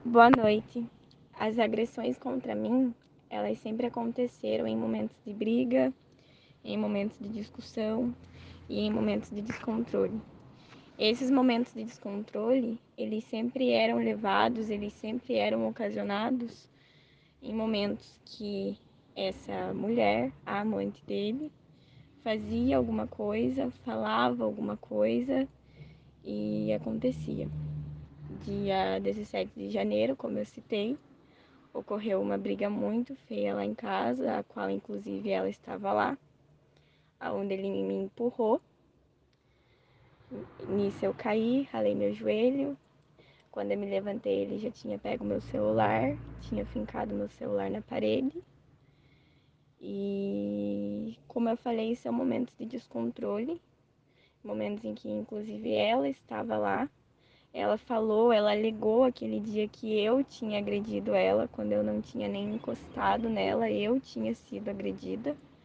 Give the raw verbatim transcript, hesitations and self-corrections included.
Boa noite. As agressões contra mim, elas sempre aconteceram em momentos de briga, em momentos de discussão e em momentos de descontrole. Esses momentos de descontrole, eles sempre eram levados, eles sempre eram ocasionados em momentos que essa mulher, a amante dele, fazia alguma coisa, falava alguma coisa e acontecia. Dia dezessete de janeiro, como eu citei, ocorreu uma briga muito feia lá em casa, a qual inclusive ela estava lá, aonde ele me empurrou. Nisso eu caí, ralei meu joelho. Quando eu me levantei, ele já tinha pego meu celular, tinha fincado meu celular na parede. E como eu falei, são momentos de descontrole, momentos em que inclusive ela estava lá. Ela falou, ela alegou aquele dia que eu tinha agredido ela, quando eu não tinha nem encostado nela, eu tinha sido agredida.